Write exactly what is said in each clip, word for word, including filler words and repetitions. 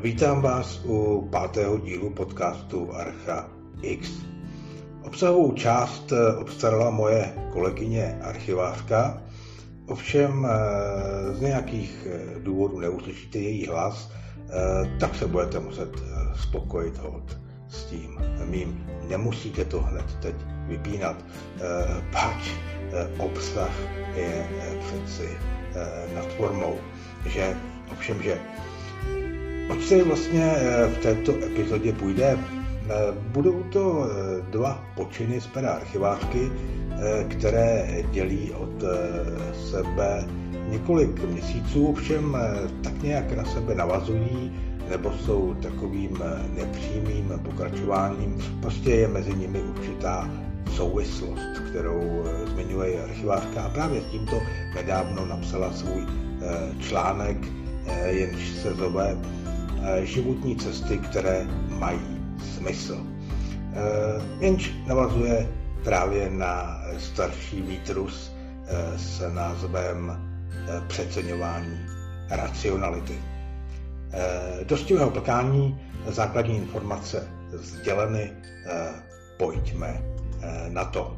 Vítám vás u pátého dílu podcastu Archa X. Obsahovou část obstarala moje kolegyně archivářka, ovšem z nějakých důvodů neuslyšíte její hlas, tak se budete muset spokojit hod s tím mým. Nemusíte to hned teď vypínat, pač obsah je přeci nad formou, že ovšem, že oč se vlastně v této epizodě půjde? Budou to dva počiny z pera archivářky, které dělí od sebe několik měsíců, ovšem tak nějak na sebe navazují, nebo jsou takovým nepřímým pokračováním. Prostě je mezi nimi určitá souvislost, kterou zmiňuje archivářka, a právě s tímto nedávno napsala svůj článek, jenž se zove Životní cesty, které mají smysl. Jenž navazuje právě na starší výtrus s názvem Přeceňování racionality. Do stěhového plkání základní informace sděleny, pojďme na to.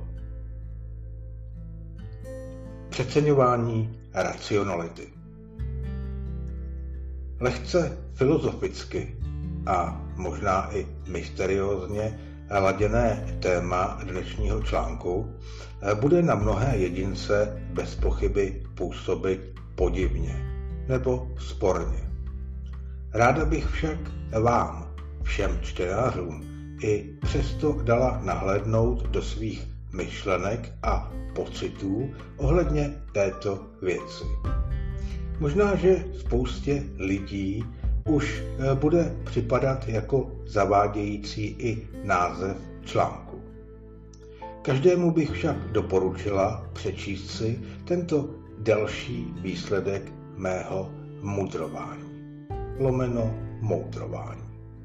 Přeceňování racionality. Lehce filozoficky a možná i mysteriózně laděné téma dnešního článku bude na mnohé jedince bez pochyby působit podivně nebo sporně. Ráda bych však vám, všem čtenářům, i přesto dala nahlédnout do svých myšlenek a pocitů ohledně této věci. Možná, že spoustě lidí už bude připadat jako zavádějící i název článku. Každému bych však doporučila přečíst si tento delší výsledek mého mudrování, lomeno moudrování.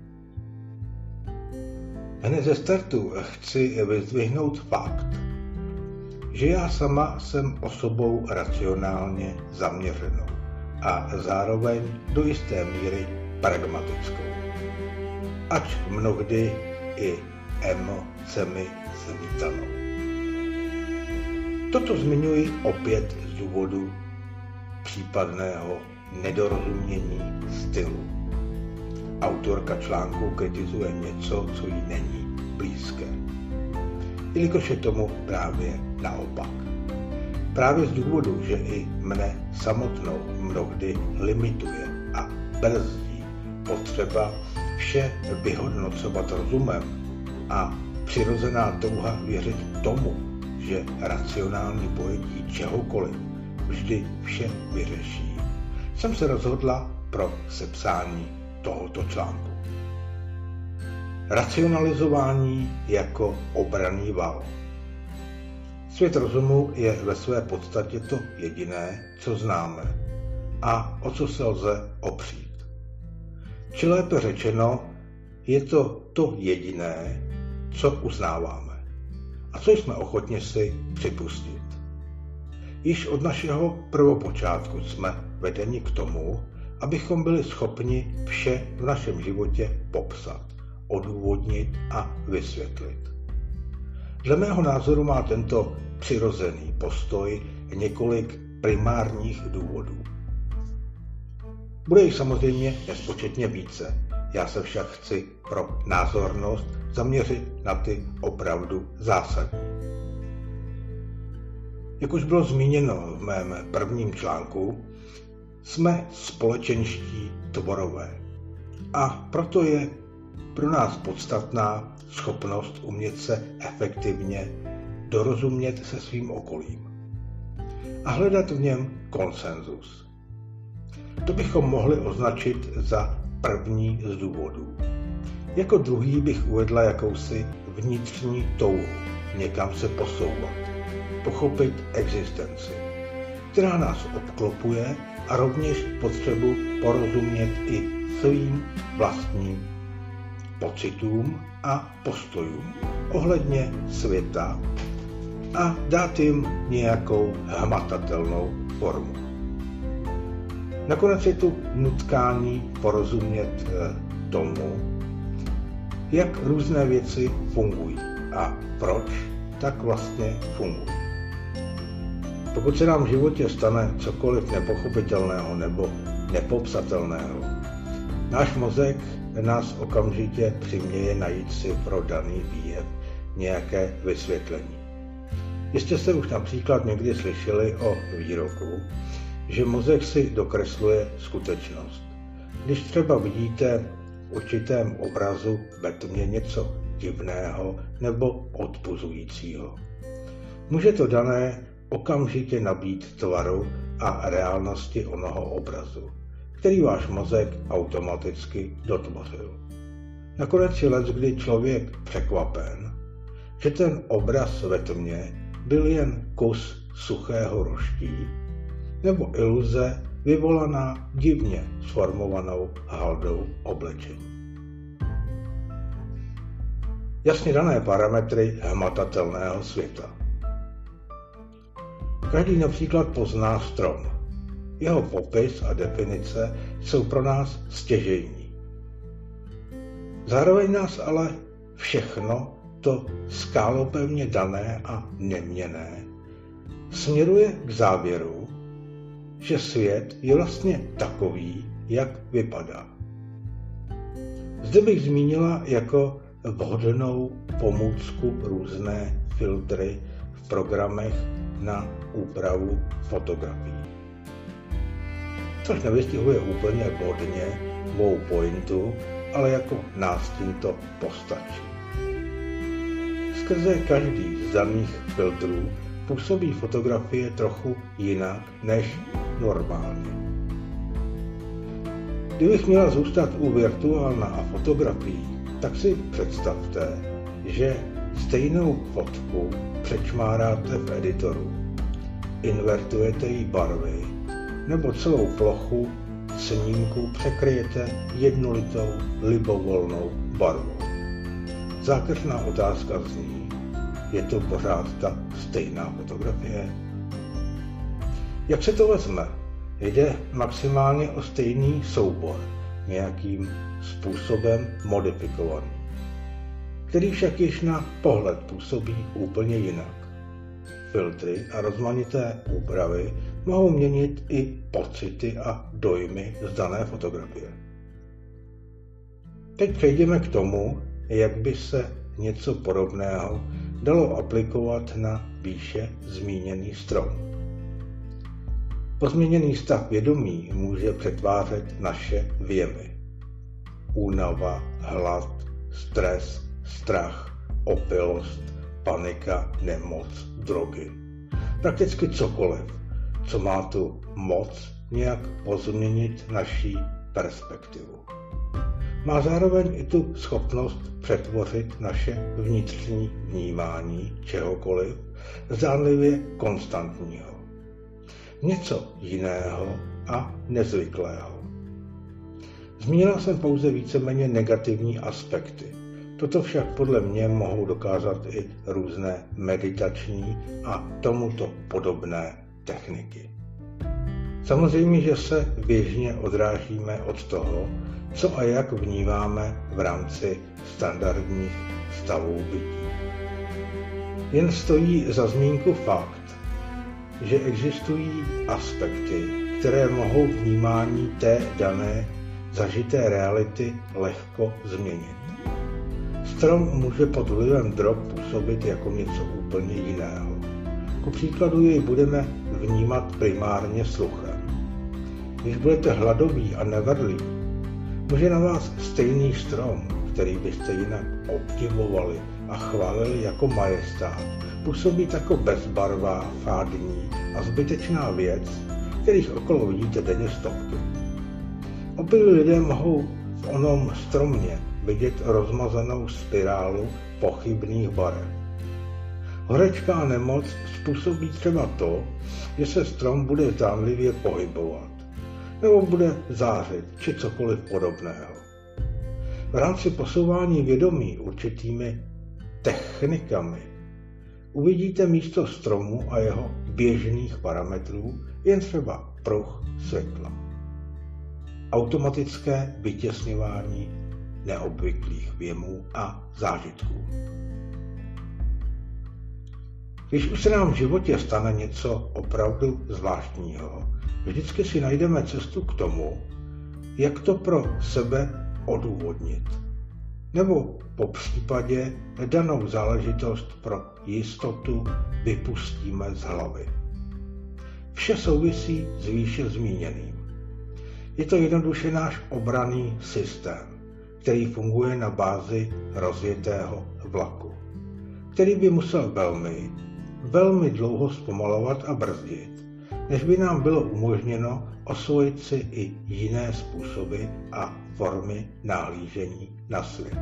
Hned ze startu chci vyzdvihnout fakt, že já sama jsem osobou racionálně zaměřenou a zároveň do jisté míry pragmatickou. Ač mnohdy i emocemi zvítanou. Toto zmiňuji opět z důvodu případného nedorozumění stylu. Autorka článku kritizuje něco, co jí není blízké. Jelikož je tomu právě naopak. Právě z důvodu, že i mne samotnou mnohdy limituje a brzdí potřeba vše vyhodnocovat rozumem a přirozená touha věřit tomu, že racionální pojetí čehokoliv vždy vše vyřeší, jsem se rozhodla pro sepsání tohoto článku. Racionalizování jako obranný val. Svět rozumu je ve své podstatě to jediné, co známe a o co se lze opřít. Či lépe řečeno, je to to jediné, co uznáváme a co jsme ochotni si připustit. Již od našeho prvopočátku jsme vedeni k tomu, abychom byli schopni vše v našem životě popsat, odůvodnit a vysvětlit. Dle mého názoru má tento přirozený postoj několik primárních důvodů. Bude jich samozřejmě nespočetně více, já se však chci pro názornost zaměřit na ty opravdu zásadní. Jak už bylo zmíněno v mém prvním článku, jsme společenští tvorové a proto je pro nás podstatná schopnost umět se efektivně dorozumět se svým okolím a hledat v něm konsenzus. To bychom mohli označit za první z důvodů. Jako druhý bych uvedla jakousi vnitřní touhu někam se posouvat, pochopit existenci, která nás obklopuje, a rovněž potřebu porozumět i svým vlastním pocitům a postojům ohledně světa a dát jim nějakou hmatatelnou formu. Nakonec je tu nutkání porozumět tomu, jak různé věci fungují a proč tak vlastně fungují. Pokud se nám v životě stane cokoliv nepochopitelného nebo nepopsatelného, náš mozek nás okamžitě přiměje najít si pro daný výjev nějaké vysvětlení. Jistě jste už například někdy slyšeli o výroku, že mozek si dokresluje skutečnost. Když třeba vidíte v určitém obrazu ve tmě něco divného nebo odpuzujícího, může to dané okamžitě nabít tvaru a reálnosti onoho obrazu, který váš mozek automaticky dotvořil. Nakonec je leckdy člověk překvapen, že ten obraz ve tmě byl jen kus suchého roští nebo iluze vyvolaná divně sformovanou haldou oblečení. Jasně dané parametry hmatatelného světa. Každý například pozná strom. Jeho popis a definice jsou pro nás stěžejní. Zároveň nás ale všechno to skálopevně dané a neměnné směruje k závěru, že svět je vlastně takový, jak vypadá. Zde bych zmínila jako vhodnou pomůcku různé filtry v programech na úpravu fotografií. Což nevystihuje úplně vhodně mou pointu, ale jako nástin to postačí. Skrze každý z daných filtrů působí fotografie trochu jinak než normálně. Kdybych měla zůstat u virtuálna a fotografií, tak si představte, že stejnou fotku přečmáráte v editoru, invertujete jí barvy nebo celou plochu snímku překryjete jednolitou libovolnou barvou. Zákeřná otázka zní, je to pořád ta stejná fotografie? Jak se to vezme? Jde maximálně o stejný soubor, nějakým způsobem modifikovaný, který však již na pohled působí úplně jinak. Filtry a rozmanité úpravy mohou měnit i pocity a dojmy z dané fotografie. Teď přejdeme k tomu, jak by se něco podobného dalo aplikovat na výše zmíněný strom. Pozměněný stav vědomí může přetvářet naše věmy. Únava, hlad, stres, strach, opilost, panika, nemoc, drogy. Prakticky cokoliv, co má tu moc nějak pozměnit naší perspektivu. Má zároveň i tu schopnost přetvořit naše vnitřní vnímání čehokoliv zdánlivě konstantního. Něco jiného a nezvyklého. Zmínila jsem pouze víceméně negativní aspekty. Toto však podle mě mohou dokázat i různé meditační a tomuto podobné techniky. Samozřejmě, že se běžně odrážíme od toho, co a jak vnímáme v rámci standardních stavů bytí. Jen stojí za zmínku fakt, že existují aspekty, které mohou vnímání té dané zažité reality lehko změnit. Strom může pod vlivem drog působit jako něco úplně jiného. Ku příkladu jej budeme vnímat primárně sluchem. Když budete hladoví a nevrlí, může na vás stejný strom, který byste jinak obdivovali a chválili jako majestát, působit jako bezbarvá, fádní a zbytečná věc, kterých okolo vidíte denně stovky. Opilí lidé mohou v onom stromě vidět rozmazanou spirálu pochybných barev. Horečka a nemoc způsobí třeba to, že se strom bude zdánlivě pohybovat, nebo bude zářit, či cokoliv podobného. V rámci posouvání vědomí určitými technikami uvidíte místo stromu a jeho běžných parametrů jen třeba pruh světla. automatické vytěsňování neobvyklých věmů a zážitků. Když už se nám v životě stane něco opravdu zvláštního, vždycky si najdeme cestu k tomu, jak to pro sebe odůvodnit. Nebo po případě danou záležitost pro jistotu vypustíme z hlavy. Vše souvisí s výše zmíněným. Je to jednoduše náš obranný systém, který funguje na bázi rozjetého vlaku, který by musel velmi, velmi dlouho zpomalovat a brzdit, než by nám bylo umožněno osvojit si i jiné způsoby a formy nahlížení na svět.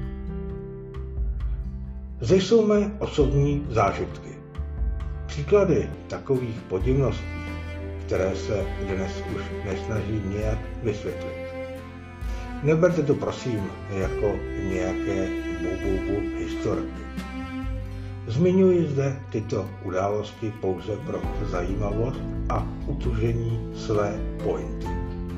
Zde jsou mé osobní zážitky. Příklady takových podivností, které se dnes už nesnažím nějak vysvětlit. Neberte to prosím jako nějaké bu-bu-bu historky. Zmiňuji zde tyto události pouze pro zajímavost a utužení své pointy.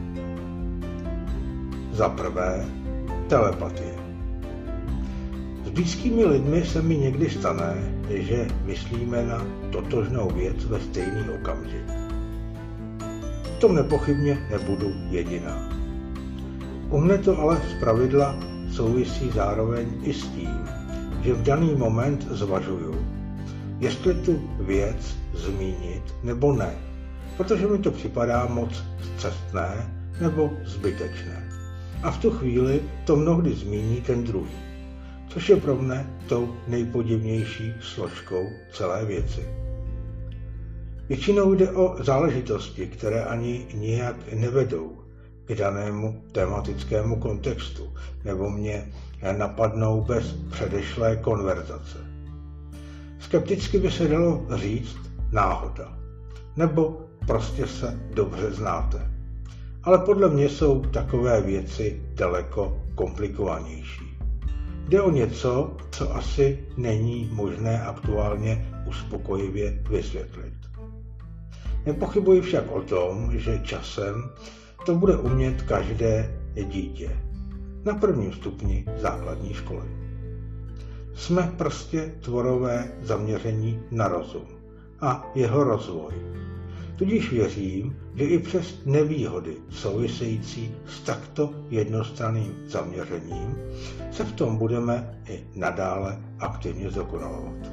Za prvé, telepatie. S blízkými lidmi se mi někdy stane, že myslíme na totožnou věc ve stejný okamžik. V tom nepochybně nebudu jediná. U mne to ale zpravidla souvisí zároveň i s tím, že v daný moment zvažuju, jestli tu věc zmínit nebo ne, protože mi to připadá moc scestné nebo zbytečné. A v tu chvíli to mnohdy zmíní ten druhý, což je pro mne tou nejpodivnější složkou celé věci. Většinou jde o záležitosti, které ani nijak nevedou k danému tematickému kontextu nebo mě napadnou bez předešlé konverzace. Skepticky by se dalo říct náhoda, nebo prostě se dobře znáte. Ale podle mě jsou takové věci daleko komplikovanější. Jde o něco, co asi není možné aktuálně uspokojivě vysvětlit. Nepochybuji však o tom, že časem to bude umět každé dítě na prvním stupni základní školy. Jsme prostě tvorové zaměření na rozum a jeho rozvoj. Tudíž věřím, že i přes nevýhody související s takto jednostranným zaměřením se v tom budeme i nadále aktivně zdokonalovat.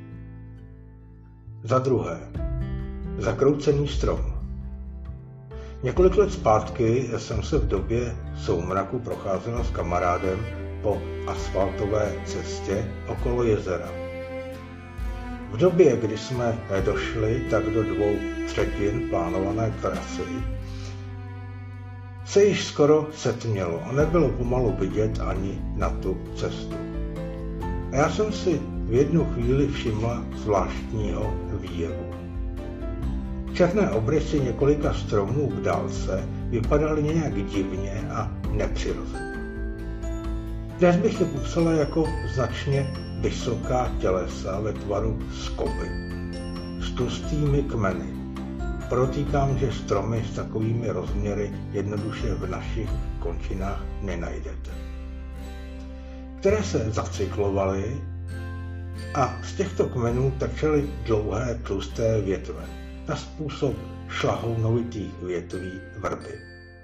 Za druhé, zakroucený strom. Několik let zpátky jsem se v době soumraku procházela s kamarádem po asfaltové cestě okolo jezera. V době, kdy jsme došli tak do dvou třetin plánované trasy, se již skoro setmělo a nebylo pomalu vidět ani na tu cestu. A já jsem si v jednu chvíli všimla zvláštního výjevu. Černé obrysy několika stromů v dálce vypadaly nějak divně a nepřirozeně. Dnes bych je popsala jako značně vysoká tělesa ve tvaru skoby s tlustými kmeny. Podotýkám, že stromy s takovými rozměry jednoduše v našich končinách nenajdete. Které se zacyklovaly a z těchto kmenů trčely dlouhé tlusté větve na způsob šlahounovitých větví vrby.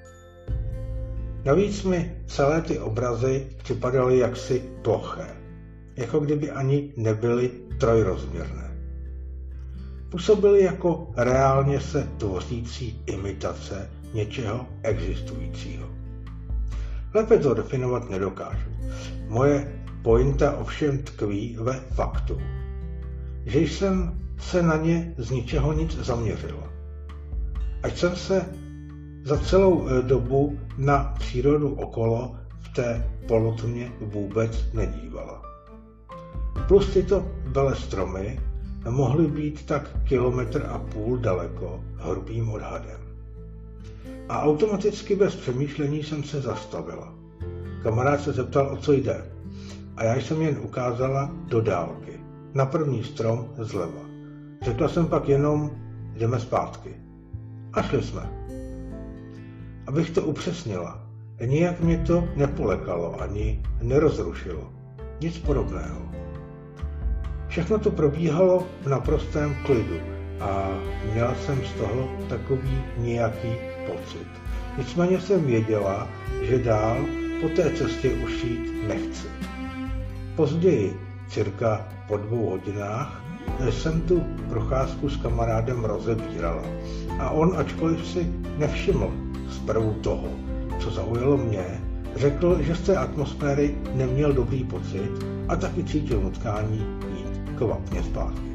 Navíc mi celé ty obrazy připadaly jaksi ploché, jako kdyby ani nebyly trojrozměrné. Působily jako reálně se tvořící imitace něčeho existujícího. Lépe to definovat nedokážu. Moje pointa ovšem tkví ve faktu, že jsem se na ně z ničeho nic zaměřila. Ať jsem se za celou dobu na přírodu okolo v té polotmě vůbec nedívala. Plus tyto velestromy mohly být tak kilometr a půl daleko hrubým odhadem. A automaticky bez přemýšlení jsem se zastavila. Kamarád se zeptal, o co jde, a já jsem jen ukázala do dálky, na první strom zleva. Řekla jsem pak jenom, jdeme zpátky. A šli jsme. abych to upřesnila. Nijak mě to nepolekalo ani nerozrušilo. Nic podobného. Všechno to probíhalo v naprostém klidu a měla jsem z toho takový nějaký pocit. Nicméně jsem věděla, že dál po té cestě už jít nechci. Později, cirka po dvou hodinách, jsem tu procházku s kamarádem rozebírala a on, ačkoliv si nevšiml zprvu toho, co zaujalo mě, řekl, že z té atmosféry neměl dobrý pocit a taky cítil nutkání jít kvapně zpátky.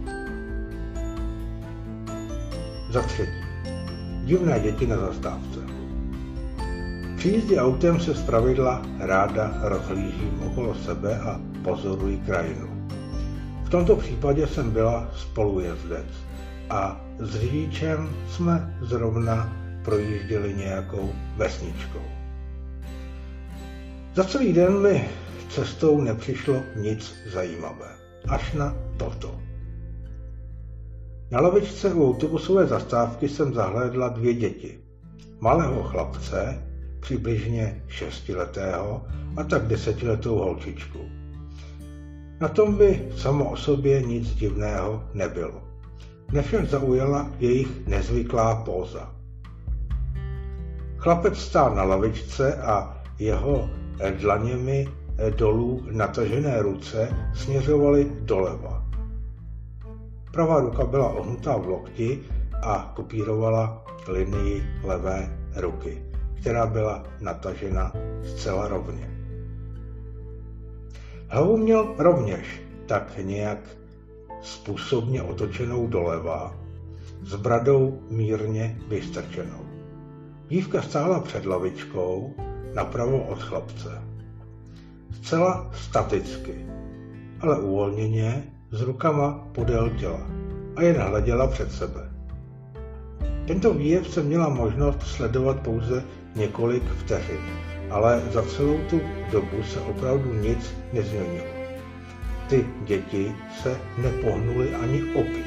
Za třetí. Divné děti na zastávce. Při jízdě autem se zpravidla ráda rozhlížím okolo sebe a pozoruji krajinu. V tomto případě jsem byla spolujezdec a s řidičem jsme zrovna projížděli nějakou vesničkou. Za celý den mi cestou nepřišlo nic zajímavé, až na toto. Na lavičce u autobusové zastávky jsem zahlédla dvě děti. Malého chlapce, přibližně šestiletého, a tak desetiletou holčičku. Na tom by samo o sobě nic divného nebylo. Mě však zaujala jejich nezvyklá póza. Chlapec stál na lavičce a jeho dlaněmi dolů natažené ruce směřovaly doleva. Pravá ruka byla ohnutá v lokti a kopírovala linii levé ruky, která byla natažena zcela rovně. Hlavu měl rovněž tak nějak způsobně otočenou doleva, s bradou mírně vystrčenou. Dívka stála před lavičkou, napravo od chlapce. Zcela staticky, ale uvolněně, s rukama podél těla a jen hleděla před sebe. Tento výjev jsem měla možnost sledovat pouze několik vteřin, ale za celou tu dobu se opravdu nic nezměnilo. Ty děti se nepohnuly ani opít.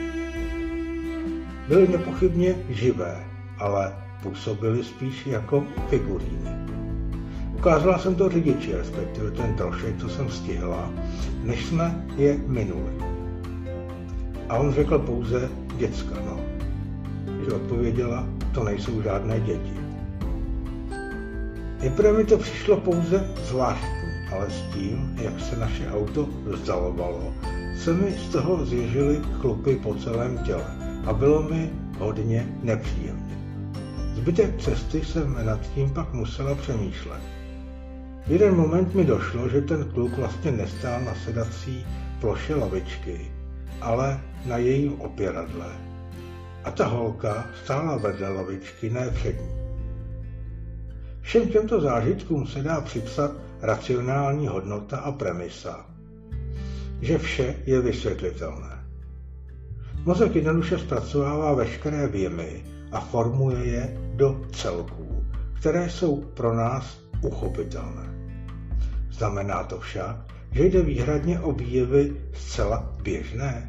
Byly nepochybně živé, ale působily spíš jako figuríny. Ukázala jsem to řidiči, respektive ten trošek, co jsem stihla, než jsme je minuli. A on řekl pouze děcka, no. Že odpověděla, to nejsou žádné děti. Nejprve mi to přišlo pouze zvláštní, ale s tím, jak se naše auto vzdalovalo, se mi z toho zježily chlupy po celém těle a bylo mi hodně nepříjemně. Zbytek cesty jsem nad tím pak musela přemýšlet. V jeden moment mi došlo, že ten kluk vlastně nestál na sedací ploše lavičky, ale na jejím opěradle. A ta holka stála vedle lavičky, ne před ní. Všem těmto zážitkům se dá připsat racionální hodnota a premisa, že vše je vysvětlitelné. Mozek jednoduše zpracovává veškeré vjemy a formuje je do celků, které jsou pro nás uchopitelné. Znamená to však, že jde výhradně o výjevy zcela běžné.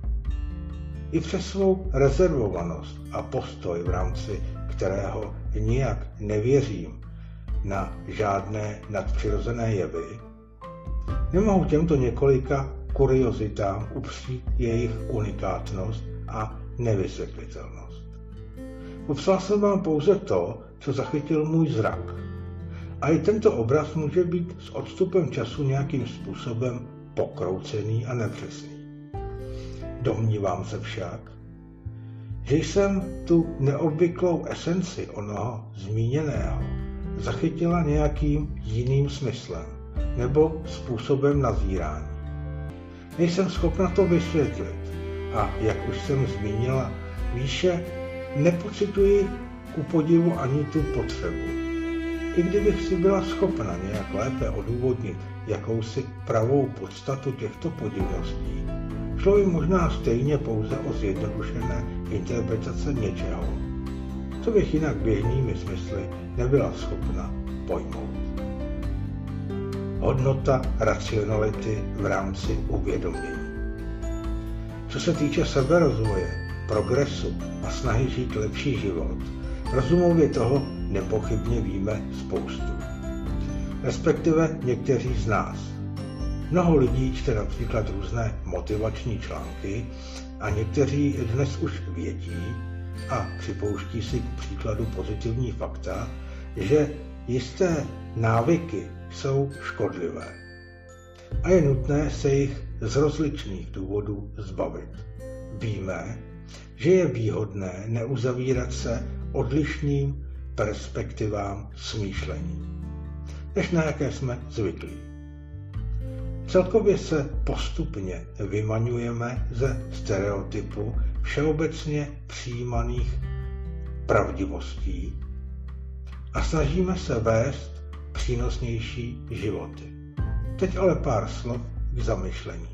I přes svou rezervovanost a postoj, v rámci kterého nijak nevěřím na žádné nadpřirozené jevy, nemohu těmto několika kuriozitám upřít jejich unikátnost a nevysvětlitelnost. Popsal jsem vám pouze to, co zachytil můj zrak. A i tento obraz může být s odstupem času nějakým způsobem pokroucený a nepřesný. Domnívám se však, že jsem tu neobvyklou esenci onoho zmíněného zachytila nějakým jiným smyslem nebo způsobem nazírání. Nejsem schopna to vysvětlit a, jak už jsem zmínila výše, nepocituji ku podivu ani tu potřebu. I kdybych si byla schopna nějak lépe odůvodnit jakousi pravou podstatu těchto podivností, šlo by možná stejně pouze o zjednodušené interpretace něčeho, co bych jinak běžnými smysly nebyla schopna pojmout. Hodnota racionality v rámci uvědomění. Co se týče seberozvoje, progresu a snahy žít lepší život, Rozumově toho nepochybně víme spoustu. Respektive někteří z nás. Mnoho lidí čte například různé motivační články a někteří dnes už vědí a připouští si k příkladu pozitivní fakta, že jisté návyky jsou škodlivé a je nutné se jich z rozličných důvodů zbavit. Víme, že je výhodné neuzavírat se odlišným perspektivám smýšlení, než na jaké jsme zvyklí. Celkově se postupně vymaňujeme ze stereotypu všeobecně přijímaných pravdivostí a snažíme se vést přínosnější životy. Teď ale pár slov k zamyšlení.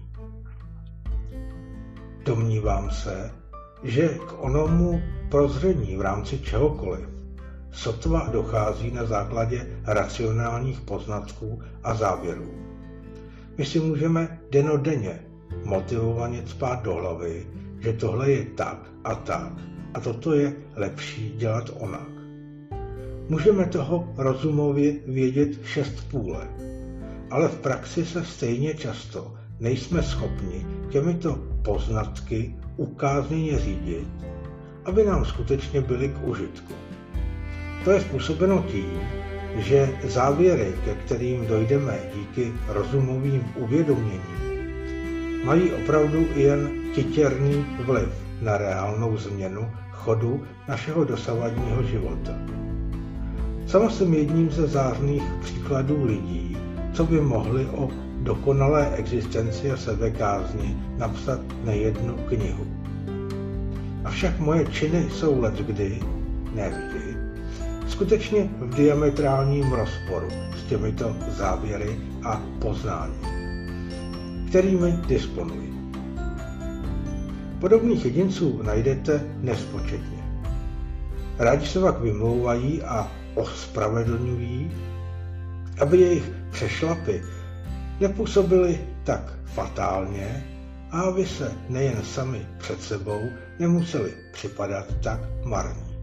Domnívám se, že k onomu prozření v rámci čehokoliv sotva dochází na základě racionálních poznatků a závěrů. My si můžeme dennodenně motivovaně cpát do hlavy, že tohle je tak a tak a toto je lepší dělat onak. Můžeme toho rozumově vědět šest půlek, ale v praxi se stejně často nejsme schopni těmito poznatky ukázněně řídit, aby nám skutečně byly k užitku. To je způsobeno tím, že závěry, ke kterým dojdeme díky rozumovým uvědoměním, mají opravdu jen titěrný vliv na reálnou změnu chodu našeho dosavadního života. Sama jsem jedním ze zářných příkladů lidí, co by mohli o dokonalé existenci a sebekázni napsat nejednu knihu. Avšak moje činy jsou leckdy, ne vždy, skutečně v diametrálním rozporu s těmito závěry a poznáním, kterými disponuji. Podobných jedinců najdete nespočetně. Rádi se pak vymlouvají a ospravedlňují, aby jejich přešlapy nepůsobily tak fatálně a aby se nejen sami před sebou nemuseli připadat tak marní.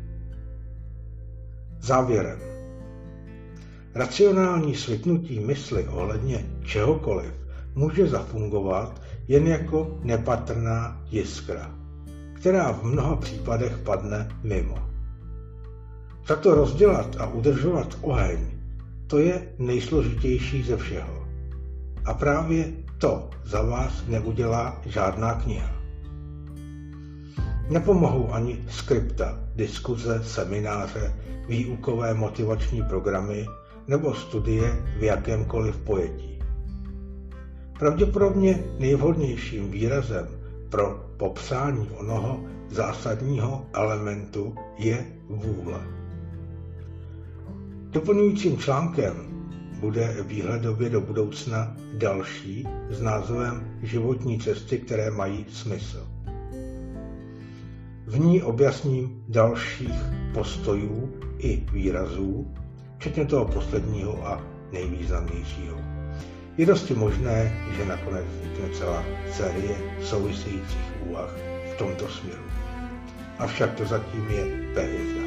Závěrem. Racionální svitnutí mysli ohledně čehokoliv může zafungovat jen jako nepatrná jiskra, která v mnoha případech padne mimo. Za to rozdělat a udržovat oheň, to je nejsložitější ze všeho. A právě to za vás neudělá žádná kniha. Nepomohou ani skripta, diskuze, semináře, výukové motivační programy nebo studie v jakémkoliv pojetí. Pravděpodobně nejvhodnějším výrazem pro popsání onoho zásadního elementu je vůle. Doplňujícím článkem bude výhledově do budoucna další s názvem Životní cesty, které mají smysl. V ní objasním dalších postojů i výrazů, včetně toho posledního a nejvýznamnějšího. Je dosti možné, že nakonec vznikne celá série souvisejících úvah v tomto směru. Avšak to zatím je ve hvězdách.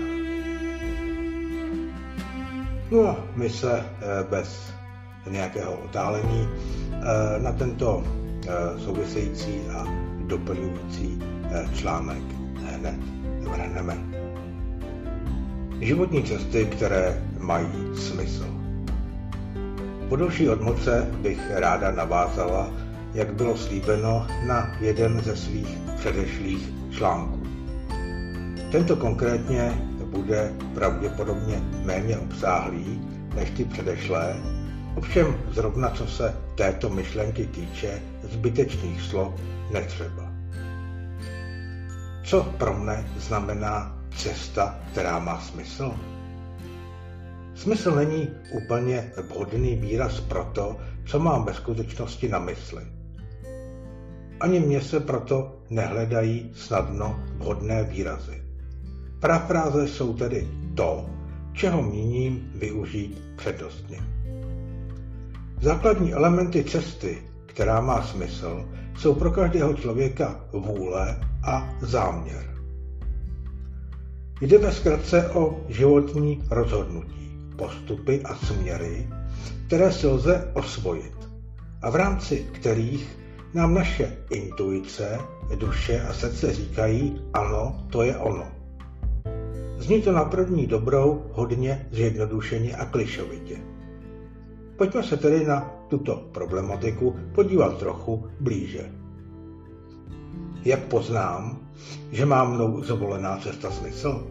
No a my se bez nějakého otálení na tento související a doplňující článek hned vrhneme. Životní cesty, které mají smysl. Po další odmoce bych ráda navázala, jak bylo slíbeno, na jeden ze svých předešlých článků. Tento konkrétně bude pravděpodobně méně obsáhlý než ty předešlé, ovšem zrovna co se této myšlenky týče, zbytečných slov netřeba. Co pro mne znamená cesta, která má smysl? Smysl není úplně vhodný výraz pro to, co mám ve skutečnosti na mysli. Ani mně se proto nehledají snadno vhodné výrazy. Parafráze jsou tedy to, čeho míním využít přednostně. Základní elementy cesty, která má smysl, jsou pro každého člověka vůle a záměr. Jde ve zkratce o životní rozhodnutí, postupy a směry, které si lze osvojit a v rámci kterých nám naše intuice, duše a srdce říkají ano, to je ono. Zní to na první dobrou hodně zjednodušeně a klišovitě. Pojďme se tedy na tuto problematiku podívat trochu blíže. Jak poznám, že má mnou zvolená cesta smysl?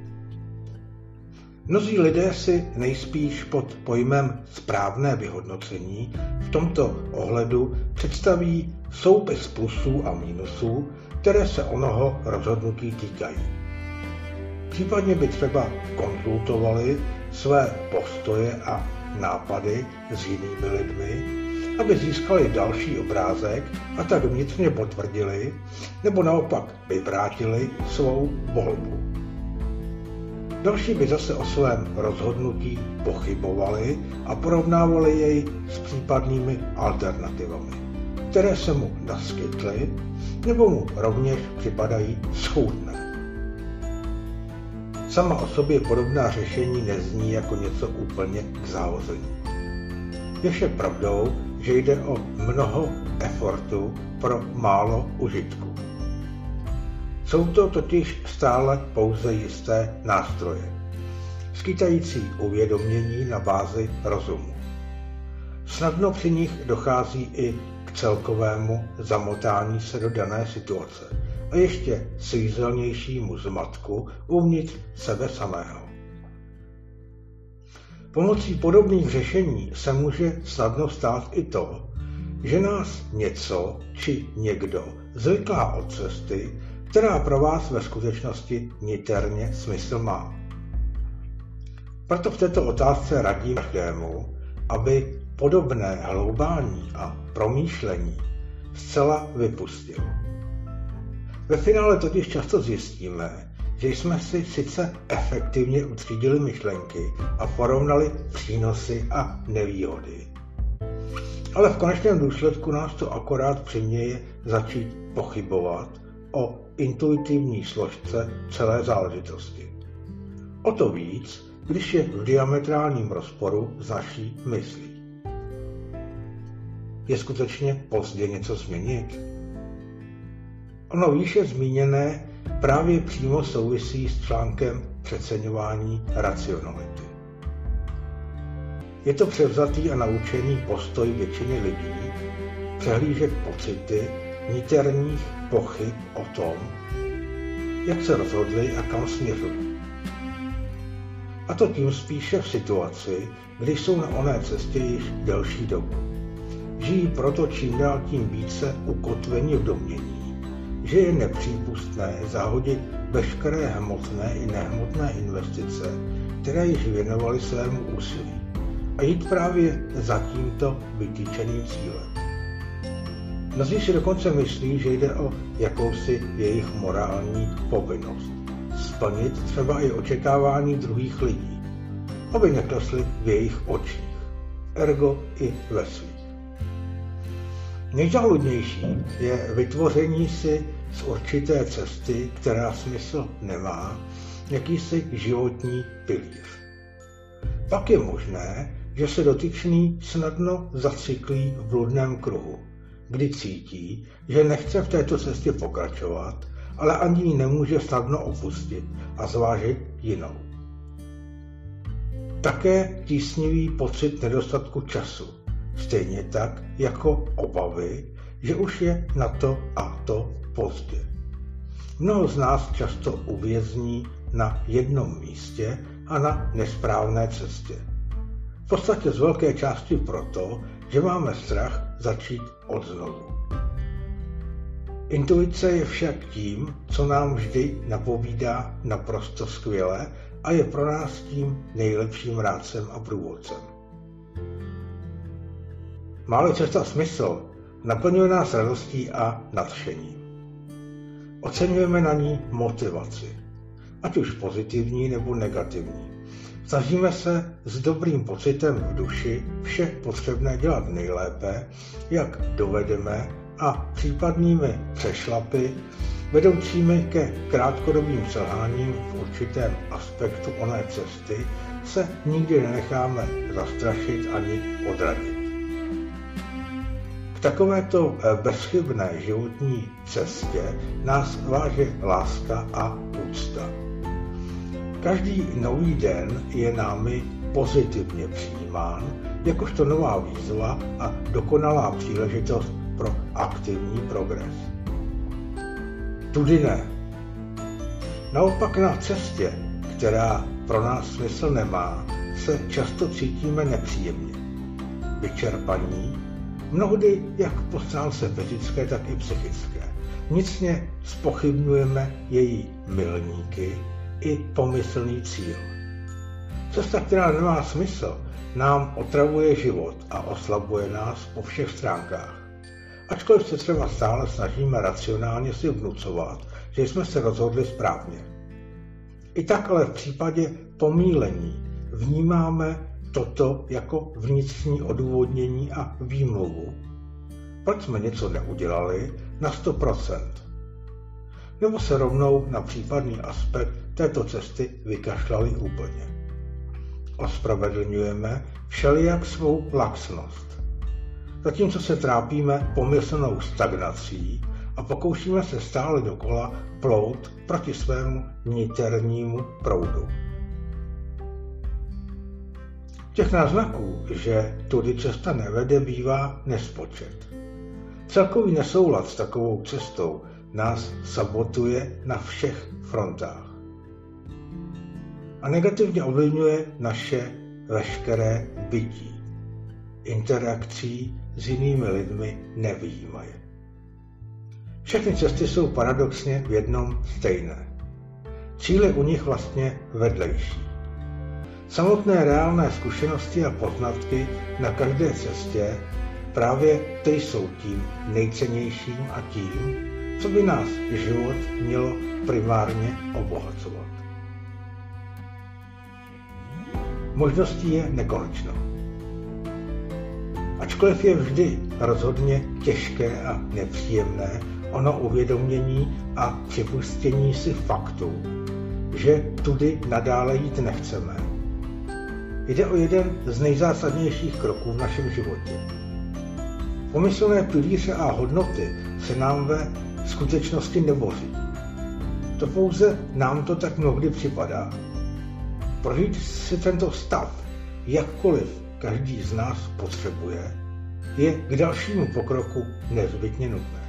Mnozí lidé si nejspíš pod pojmem správné vyhodnocení v tomto ohledu představí soupis plusů a mínusů, které se onoho rozhodnutí týkají. Případně by třeba konzultovali své postoje a nápady s jinými lidmi, aby získali další obrázek a tak vnitřně potvrdili nebo naopak vyvrátili svou volbu. Další by zase o svém rozhodnutí pochybovali a porovnávali jej s případnými alternativami, které se mu naskytly nebo mu rovněž připadají schůdné. Sama o sobě podobná řešení nezní jako něco úplně k zahození. Je však pravdou, že jde o mnoho efortu pro málo užitku. Jsou to totiž stále pouze jisté nástroje, skýtající uvědomění na bázi rozumu. Snadno při nich dochází i k celkovému zamotání se do dané situace a ještě svízelnějšímu zmatku uvnitř sebe samého. Pomocí podobných řešení se může snadno stát i to, že nás něco či někdo zvyklá od cesty, která pro vás ve skutečnosti niterně smysl má. Proto v této otázce radím každému, aby podobné hloubání a promýšlení zcela vypustil. Ve finále totiž často zjistíme, že jsme si sice efektivně utřídili myšlenky a porovnali přínosy a nevýhody. Ale v konečném důsledku nás to akorát přiměje začít pochybovat o intuitivní složce celé záležitosti. O to víc, když je v diametrálním rozporu s naší myslí. Je skutečně pozdě něco změnit? Ono výše zmíněné právě přímo souvisí s článkem přeceňování racionality. Je to převzatý a naučený postoj většiny lidí přehlížet pocity niterních pochyb o tom, jak se rozhodli a kam směřují. A to tím spíše v situaci, kdy jsou na oné cestě již delší dobu. Žijí proto čím dál tím více ukotveni v domnění, že je nepřípustné zahodit veškeré hmotné i nehmotné investice, které již věnovali svému úsilí, a jít právě za tímto vytýčeným cílem. Mnozí si dokonce myslí, že jde o jakousi jejich morální povinnost splnit třeba i očekávání druhých lidí, aby neklesli v jejich očích, ergo i ve svých. Nejzáludnější je vytvoření si z určité cesty, která smysl nemá, jakýsi životní pilíř. Pak je možné, že se dotyčný snadno zacyklí v bludném kruhu, kdy cítí, že nechce v této cestě pokračovat, ale ani ji nemůže snadno opustit a zvážit jinou. Také tísnivý pocit nedostatku času, stejně tak jako obavy, že už je na to a to pozdě. Mnoho z nás často uvězní na jednom místě a na nesprávné cestě. V podstatě z velké části proto, že máme strach začít odznovu. Intuice je však tím, co nám vždy napovídá naprosto skvěle a je pro nás tím nejlepším rádcem a průvodcem. Má-li cesta smysl, naplňuje nás radostí a nadšením. Oceňujeme na ní motivaci, ať už pozitivní nebo negativní. Snažíme se s dobrým pocitem v duši vše potřebné dělat nejlépe, jak dovedeme, a případnými přešlapy vedoucími ke krátkodobým selháním v určitém aspektu oné cesty, se nikdy nenecháme zastrašit ani odradit. K takovéto bezchybné životní cestě nás váže láska a úcta. Každý nový den je námi pozitivně přijímán jakožto nová výzva a dokonalá příležitost pro aktivní progres. Tudy ne. Naopak na cestě, která pro nás smysl nemá, se často cítíme nepříjemně, vyčerpaní, mnohdy jak po stránce fyzické, tak i psychické. Nicně zpochybňujeme její milníky i pomyslný cíl. Cesta, která nemá smysl, nám otravuje život a oslabuje nás po všech stránkách. Ačkoliv se třeba stále snažíme racionálně si vnucovat, že jsme se rozhodli správně. I tak ale v případě pomýlení vnímáme toto jako vnitřní odůvodnění a výmluvu, proč jsme něco neudělali na sto procent. Nebo se rovnou na případný aspekt této cesty vykašlali úplně. Ospravedlňujeme všelijak svou laxnost. Zatímco se trápíme pomyslnou stagnací a pokoušíme se stále dokola plout proti svému niternímu proudu. Těch náznaků, že tudy cesta nevede, bývá nespočet. Celkový nesoulad s takovou cestou nás sabotuje na všech frontách a negativně ovlivňuje naše veškeré bytí. Interakcí s jinými lidmi nevyjímaje. Všechny cesty jsou paradoxně v jednom stejné. Cíl je u nich vlastně vedlejší. Samotné reálné zkušenosti a poznatky na každé cestě právě ty jsou tím nejcennějším a tím, co by nás život mělo primárně obohacovat. Možností je nekonečno. Ačkoliv je vždy rozhodně těžké a nepříjemné ono uvědomění a připustění si faktu, že tudy nadále jít nechceme, jde o jeden z nejzásadnějších kroků v našem životě. Pomyslné pilíře a hodnoty se nám ve skutečnosti nevoří. To pouze nám to tak mnohdy připadá. Prožít si tento stav, jakkoliv každý z nás potřebuje, je k dalšímu pokroku nezbytně nutné.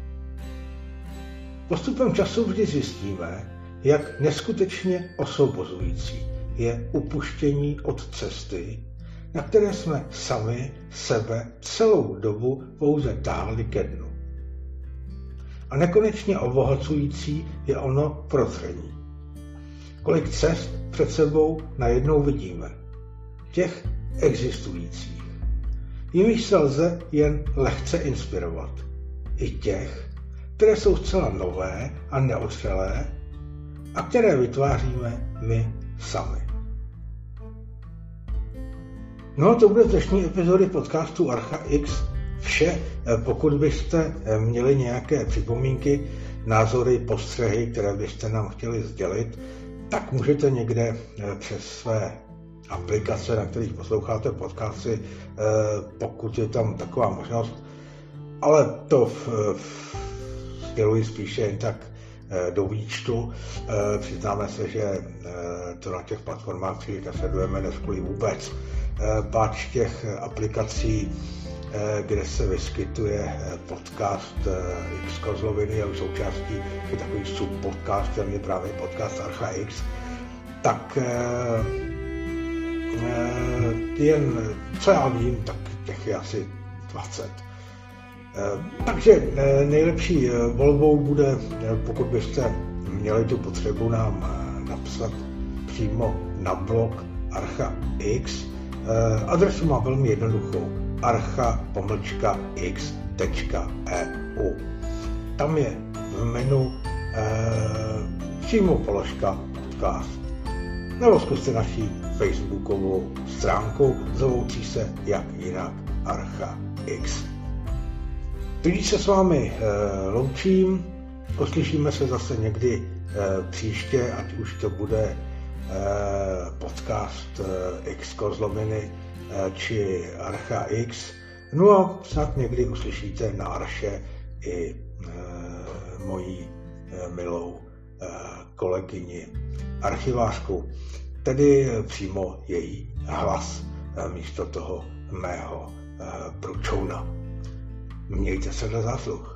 Postupem času vždy zjistíme, jak neskutečně osvobozující je upuštění od cesty, na které jsme sami sebe celou dobu pouze táhli ke dnu. A nekonečně obohacující je ono prozření. Kolik cest před sebou najednou vidíme, těch existujících. Jimiž se lze jen lehce inspirovat. I těch, které jsou zcela nové a neotřelé a které vytváříme my sami. No to bude z dnešní epizody podcastu Archa X vše. Pokud byste měli nějaké připomínky, názory, postřehy, které byste nám chtěli sdělit, tak můžete někde přes své aplikace, na kterých posloucháte podcasty, pokud je tam taková možnost, ale to v, v, sděluji spíše jen tak do výčtu. Přiznáme se, že to na těch platformách příliš nesledujeme, neskoli vůbec. Páč těch aplikací, kde se vyskytuje podcast X Kozloviny a součástí je takový subpodcast, který je právě podcast Archa X, tak jen, co já vím, tak těch je asi dvacet. Takže nejlepší volbou bude, pokud byste měli tu potřebu nám napsat přímo na blog Archa X. Adresu má velmi jednoduchou, archa pomlčka x tečka e u. Tam je v menu přímo položka podcast. Nebo zkuste naši facebookovou stránku, zovoucí se jak jinak Archa X. Tudíž se s vámi e, loučím, Poslyšíme se zase někdy příště, ať už to bude podcast X Kozloviny či Archa X. No a snad někdy uslyšíte na Arše i moji milou kolegyni archivářku, tedy přímo její hlas místo toho mého průčouna. Mějte se na zásluh.